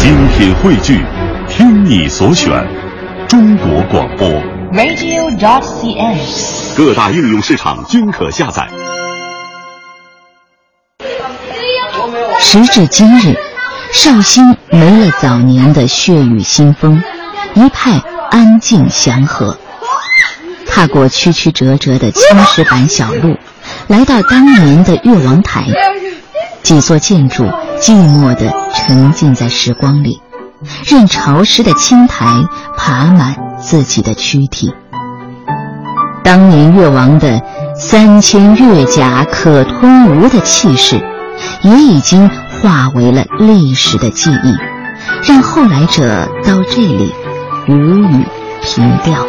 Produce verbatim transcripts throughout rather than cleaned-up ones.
精品汇聚，听你所选，中国广播 radio dot c n， 各大应用市场均可下载。 时至今日，绍兴没了早年的血雨腥风，一派安静祥和。踏过曲曲折折的青石板小路，来到当年的越王台，几座建筑寂寞地沉浸在时光里，任潮湿的青苔爬满自己的躯体。当年越王的三千越甲可吞吴的气势，也已经化为了历史的记忆，让后来者到这里无语凭吊。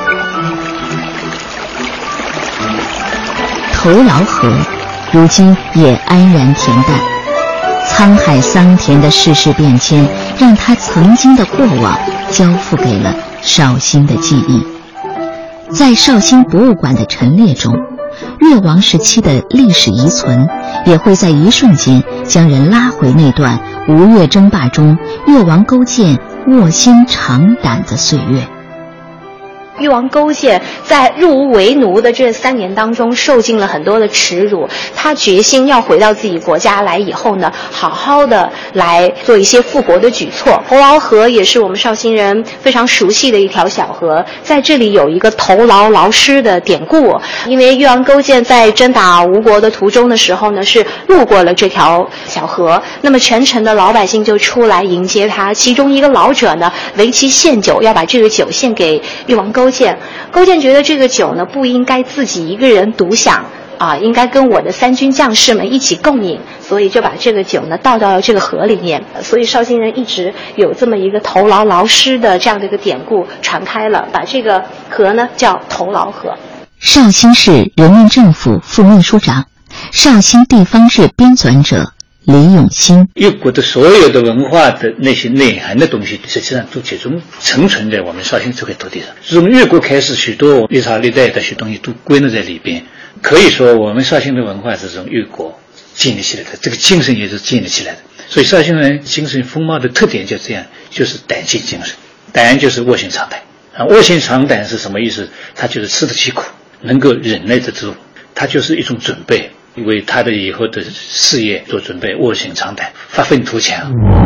头劳河如今也安然恬淡，沧海桑田的世事变迁，让他曾经的过往交付给了绍兴的记忆。在绍兴博物馆的陈列中，越王时期的历史遗存也会在一瞬间将人拉回那段吴越争霸中越王勾践卧薪尝胆的岁月。 越王勾践在入吴为奴的这三年当中，受尽了很多的耻辱。他决心要回到自己国家来以后呢，好好的来做一些复国的举措。头劳河也是我们绍兴人非常熟悉的一条小河，在这里有一个头劳劳师的典故。因为越王勾践在征打吴国的途中的时候呢，是路过了这条小河，那么全城的老百姓就出来迎接他。其中一个老者呢，为其献酒，要把这个酒献给越王勾践。勾践觉得这个酒呢不应该自己一个人独享啊，应该跟我的三军将士们一起共饮，所以就把这个酒呢倒到了这个河里面。所以绍兴人一直有这么一个头劳劳师的这样的一个典故传开了，把这个河呢叫头劳河。 绍兴市人民政府副秘书长、绍兴地方志编纂者李永新。 越国的所有的文化的那些内涵的东西，实际上都集中存存在我们绍兴这块土地上。从越国开始，许多历朝历代的些东西都归纳在里边。可以说，我们绍兴的文化是从越国建立起来的，这个精神也是建立起来的。所以绍兴人精神风貌的特点就这样，就是胆气精神。胆就是卧薪尝胆啊，卧薪尝胆是什么意思？他就是吃得起苦，能够忍耐得住，他就是一种准备。为他的以后的事业做准备，卧薪尝胆，发愤图强。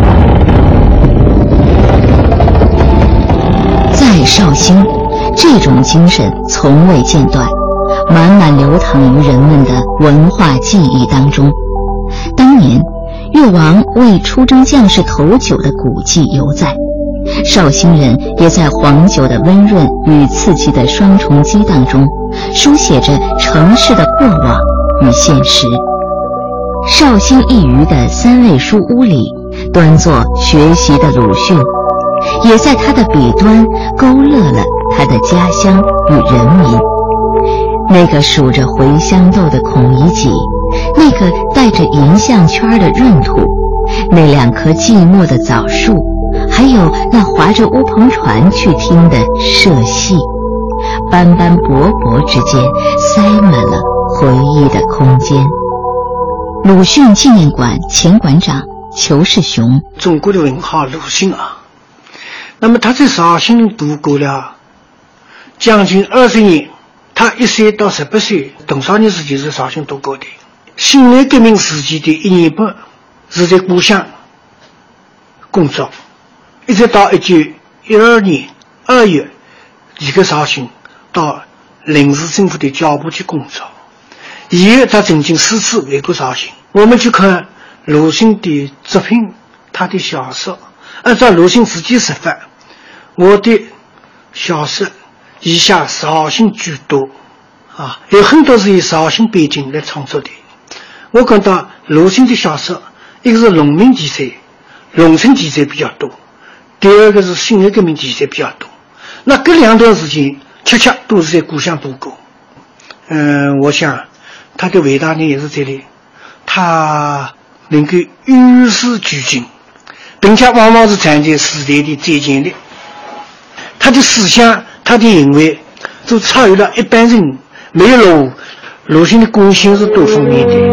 在绍兴，这种精神从未间断，满满流淌于人们的文化记忆当中。当年越王为出征将士投酒的古迹犹在，绍兴人也在黄酒的温润与刺激的双重激荡中，书写着城市的过往与现实。绍兴一隅的三味书屋里，端坐学习的鲁迅，也在他的笔端勾勒了他的家乡与人民。那个数着茴香豆的孔乙己，那个带着银项圈的闰土，那两棵寂寞的枣树，还有那划着乌篷船去听的社戏，斑斑驳驳之间塞满了回忆的空间。鲁迅纪念馆前馆长裘世雄： 中国的文化鲁迅啊，那么他在绍兴度过了将近二十年，他一岁到十八岁多少年时间是绍兴度过的。辛亥革命时期的一年半是在故乡工作，一直到一九一二年二月离开绍兴到临时政府的教部去工作。以后他曾经四次回过绍兴。我们去看鲁迅的作品，他的小说，按照鲁迅自己说法，我的小说以下绍兴居多啊，有很多是以绍兴背景来创作的。我看到鲁迅的小说，一个是农民题材，农村题材比较多，第二个是辛亥革命题材比较多。那这两段时间恰恰都是在故乡度过。嗯，我想他的伟大呢也是这里，他能够与时俱进，并且往往是站在时代的最前列。他的思想，他的行为都超越了一般人，没有了鲁迅的贡献是多方面的。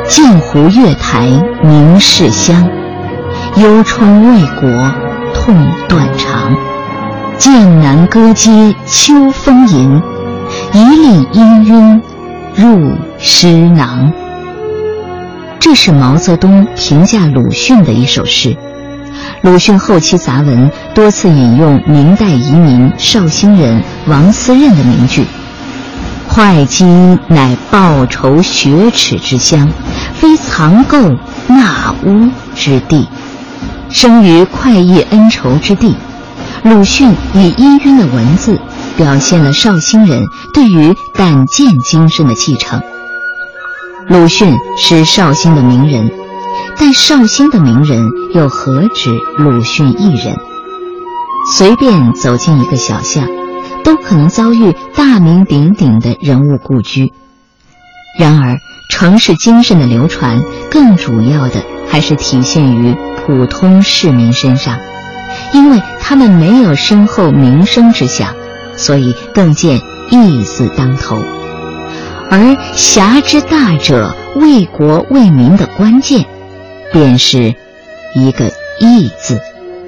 镜湖月台明世乡，忧春未果痛断肠。剑南歌街秋风吟，一粒氤氲入诗囊。这是毛泽东评价鲁迅的一首诗。鲁迅后期杂文多次引用明代移民绍兴人王思任的名句：会稽乃报仇雪耻之乡，非藏垢纳污之地。生于快意恩仇之地，鲁迅以氤氲的文字表现了绍兴人对于胆剑精神的继承。鲁迅是绍兴的名人，但绍兴的名人又何止鲁迅一人？随便走进一个小巷，都可能遭遇大名鼎鼎的人物故居。然而，城市精神的流传，更主要的还是体现于普通市民身上，因为他们没有身后名声之想，所以更见义字当头。而侠之大者为国为民的关键，便是一个义字。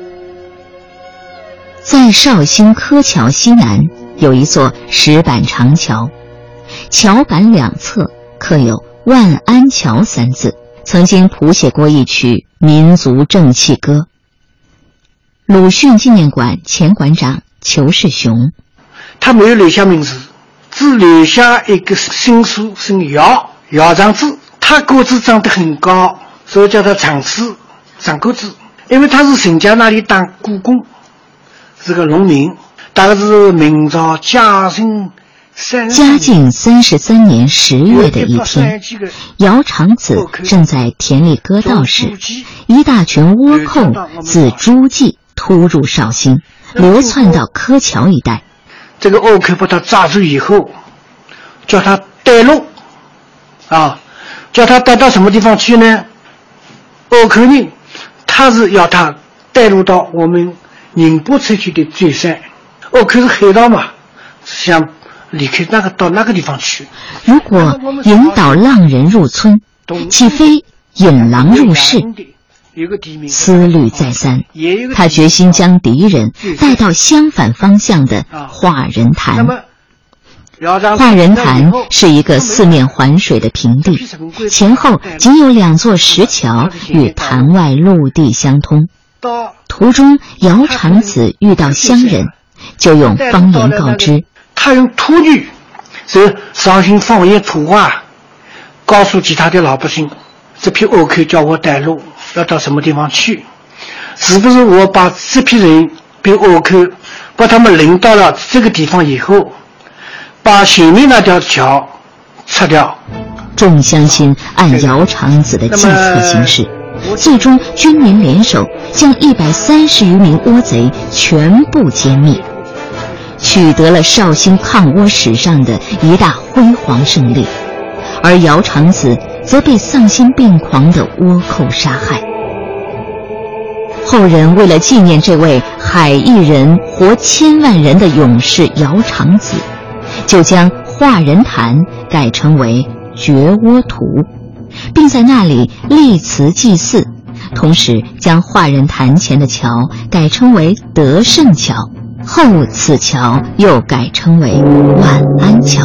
在绍兴柯桥西南有一座石板长桥，桥板两侧刻有万安桥三字，曾经谱写过一曲民族正气歌。鲁迅纪念馆前馆长裘世雄， 他没有留下名字，只留下一个姓苏，姓姚，姚长子。他个子长得很高，所以叫他长子，长个子。因为他是沈家那里当雇工，是个农民，大概是明朝嘉靖三嘉靖三十三年十月的一天，姚长子正在田里割稻时，一大群倭寇自诸暨突入绍兴，流窜到柯桥一带。 这个倭寇把他抓住以后，叫他带路啊，叫他带到什么地方去呢？倭寇呢，他是要他带路到我们宁波车区的最山。倭寇是黑道嘛，想离开那个到那个地方去。 如果引导浪人入村，岂非引狼入室？思虑再三，他决心将敌人带到相反方向的华人潭。华人潭是一个四面环水的平地，前后仅有两座石桥与潭外陆地相通。途中姚长子遇到乡人，就用方言告知。 他用土语，是绍兴方言土话，告诉其他的老百姓，这批倭寇叫我带路，要到什么地方去？是不是我把这批人被倭寇把他们领到了这个地方以后，把前面那条桥拆掉？ 众乡亲按姚长子的计策行事，最终军民联手，将一百三十余名倭贼全部歼灭，取得了绍兴抗倭史上的一大辉煌胜利。而姚长子则被丧心病狂的倭寇杀害。后人为了纪念这位海义人活千万人的勇士姚长子，就将华人潭改称为绝倭图，并在那里立祠祭祀，同时将华人潭前的桥改称为德胜桥，后此桥又改称为万安桥。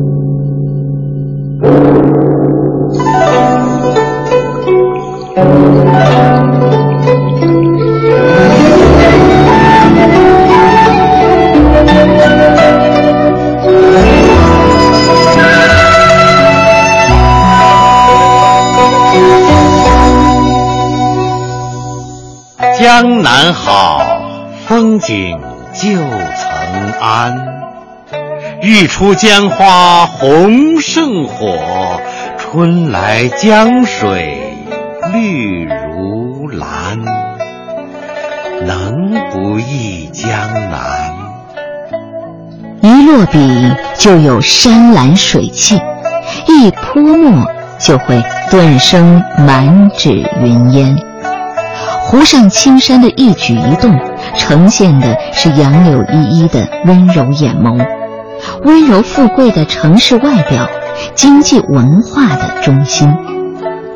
江南好，风景旧曾谙。欲出江花红胜火，春来江水绿如蓝。能不忆江南？ 一落笔就有山岚水气，一泼墨就会顿生满纸云烟。湖上青山的一举一动，呈现的是杨柳依依的温柔眼眸，温柔富贵的城市外表，经济文化的中心。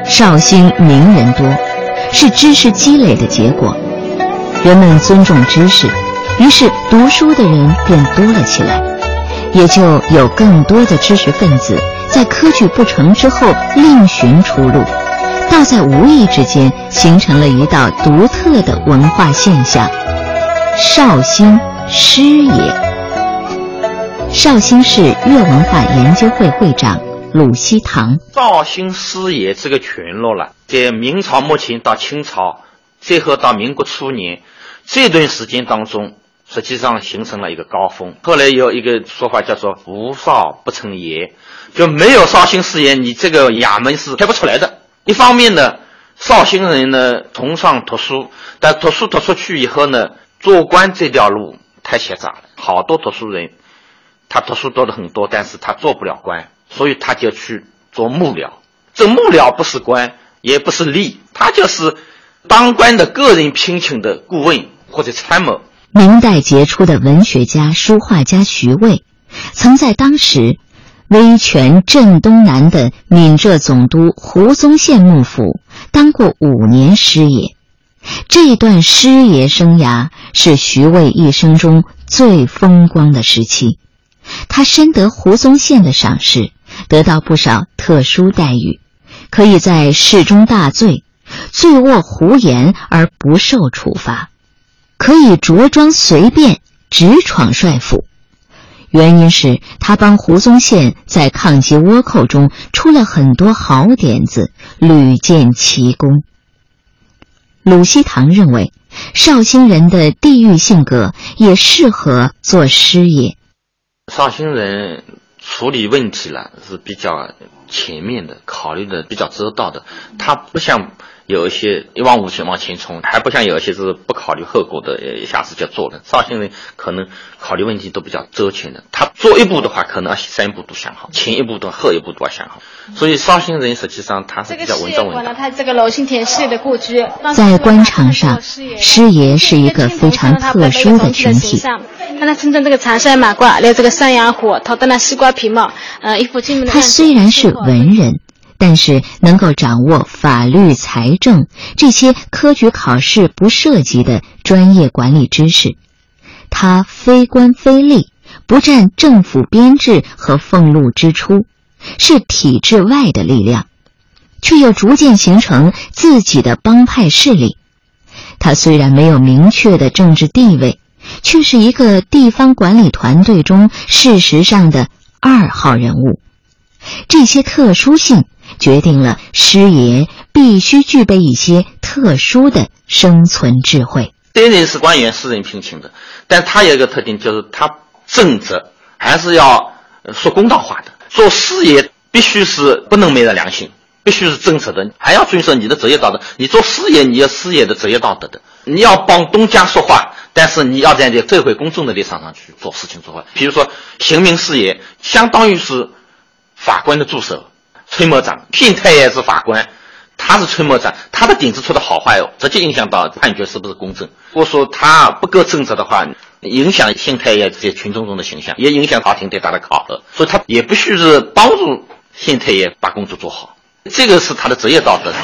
绍兴名人多，是知识积累的结果。人们尊重知识，于是读书的人便多了起来，也就有更多的知识分子在科举不成之后另寻出路，倒在无意之间形成了一道独特的文化现象——绍兴师爷。绍兴市粤文化研究会会长鲁希堂： 绍兴师爷这个群落了，在明朝末期到清朝，最后到民国初年这段时间当中，实际上形成了一个高峰。后来有一个说法叫做无绍不成爷，就没有绍兴师爷，你这个衙门是开不出来的。一方面呢，绍兴人呢崇尚读书，但读书读出去以后呢，做官这条路太狭窄了，好多读书人他读书读了很多，但是他做不了官，所以他就去做幕僚。这幕僚不是官，也不是吏，他就是当官的个人聘请的顾问或者参谋。 明代杰出的文学家、书画家徐渭，曾在当时威权镇东南的闽浙总督胡宗宪幕府当过五年师爷。这段师爷生涯是徐渭一生中最风光的时期。他深得胡宗宪的赏识，得到不少特殊待遇，可以在事中大罪，醉卧胡言而不受处罚，可以着装随便，直闯帅府。原因是他帮胡宗宪在抗击倭寇中出了很多好点子，屡建奇功。鲁希堂认为，绍兴人的地域性格也适合做师爷。 绍兴人处理问题了是比较前面的，考虑的比较周到的，他不像有一些一往无前往前冲，还不像有一些是不考虑后果的，一下子就做了。绍兴人可能考虑问题都比较周全的，他做一步的话，可能三步都想好，前一步的后一步都要想好。所以绍兴人实际上他是比较稳重稳当。 他这个娄兴田师爷的故居， 在官场上，师爷是一个非常特殊的群体。 看他身穿这个长衫马褂，留这个山羊胡，头戴那西瓜皮帽，呃，衣服进门的。 他虽然是文人，但是能够掌握法律、财政这些科举考试不涉及的专业管理知识。他非官非吏，不占政府编制和俸禄支出，是体制外的力量，却又逐渐形成自己的帮派势力。他虽然没有明确的政治地位，却是一个地方管理团队中事实上的二号人物。这些特殊性决定了师爷必须具备一些特殊的生存智慧。 虽然是官员私人聘请的，但他有一个特点，就是他正直，还是要说公道话的。做师爷必须是不能昧着良心，必须是正直的，还要遵守你的职业道德。你做师爷，你要师爷的职业道德的，你要帮东家说话，但是你要站在社会公众的立场上去做事情做话。比如说刑名师爷相当于是法官的助手，参谋长，县太爷是法官，他是参谋长，他的点子出的好坏哦，直接影响到判决是不是公正。或者说他不够正直的话，影响县太爷在群众中的形象，也影响朝廷对他的考核，所以他也必须是帮助县太爷把工作做好，这个是他的职业道德。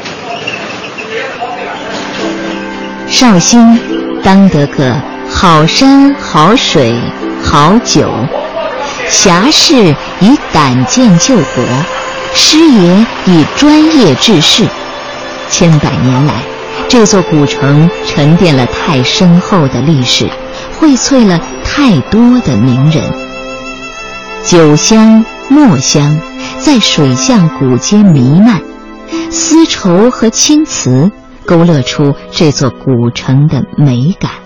绍兴当得个好山好水好酒，侠士以胆剑救国，师爷以专业治世。千百年来，这座古城沉淀了太深厚的历史，荟萃了太多的名人。酒香墨香在水巷古街弥漫，丝绸和青瓷勾勒出这座古城的美感。